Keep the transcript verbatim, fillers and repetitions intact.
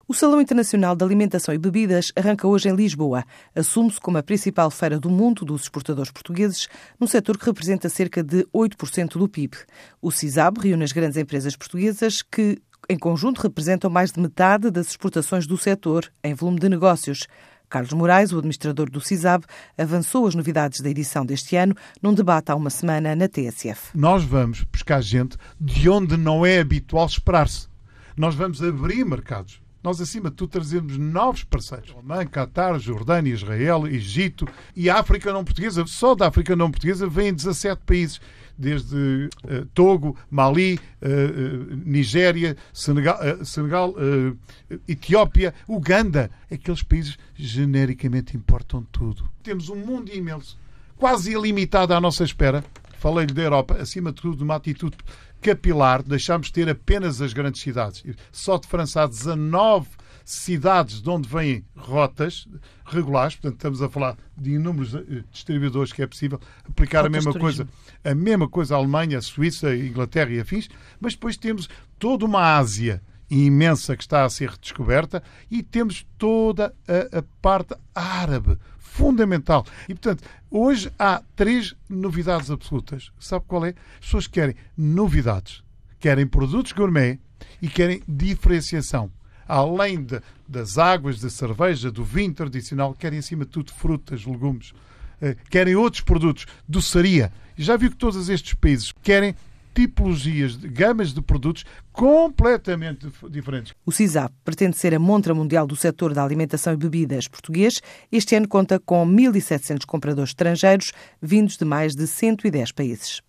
O Salão Internacional de Alimentação e Bebidas arranca hoje em Lisboa. Assume-se como a principal feira do mundo dos exportadores portugueses, num setor que representa cerca de oito por cento do P I B. O CISAB reúne as grandes empresas portuguesas que, em conjunto, representam mais de metade das exportações do setor, em volume de negócios. Carlos Moraes, o administrador do CISAB, avançou as novidades da edição deste ano num debate há uma semana na T S F. Nós vamos buscar gente de onde não é habitual esperar-se. Nós vamos abrir mercados. Nós, acima de tudo, trazemos novos parceiros. Alemanha, Catar, Jordânia, Israel, Egito e a África não portuguesa. Só da África não portuguesa vêm dezassete países. Desde uh, Togo, Mali, uh, uh, Nigéria, Senegal, uh, Senegal uh, Etiópia, Uganda. Aqueles países genericamente importam tudo. Temos um mundo imenso, quase ilimitado à nossa espera. Falei-lhe da Europa, acima de tudo, uma atitude capilar. Deixámos de ter apenas as grandes cidades. Só de França há dezanove cidades de onde vêm rotas regulares, portanto estamos a falar de inúmeros distribuidores que é possível aplicar rotas a mesma coisa, a mesma coisa à Alemanha, a Suíça, a Inglaterra e afins, mas depois temos toda uma Ásia imensa que está a ser redescoberta e temos toda a, a parte árabe, fundamental. E, portanto, hoje há três novidades absolutas. Sabe qual é? As pessoas querem novidades, querem produtos gourmet e querem diferenciação. Além de, das águas, da cerveja, do vinho tradicional, querem, acima de tudo, frutas, legumes. Eh, querem outros produtos, doçaria. Já viu que todos estes países querem tipologias, de, gamas de produtos completamente diferentes. O CISAB pretende ser a montra mundial do setor da alimentação e bebidas português. Este ano conta com mil e setecentos compradores estrangeiros, vindos de mais de cento e dez países.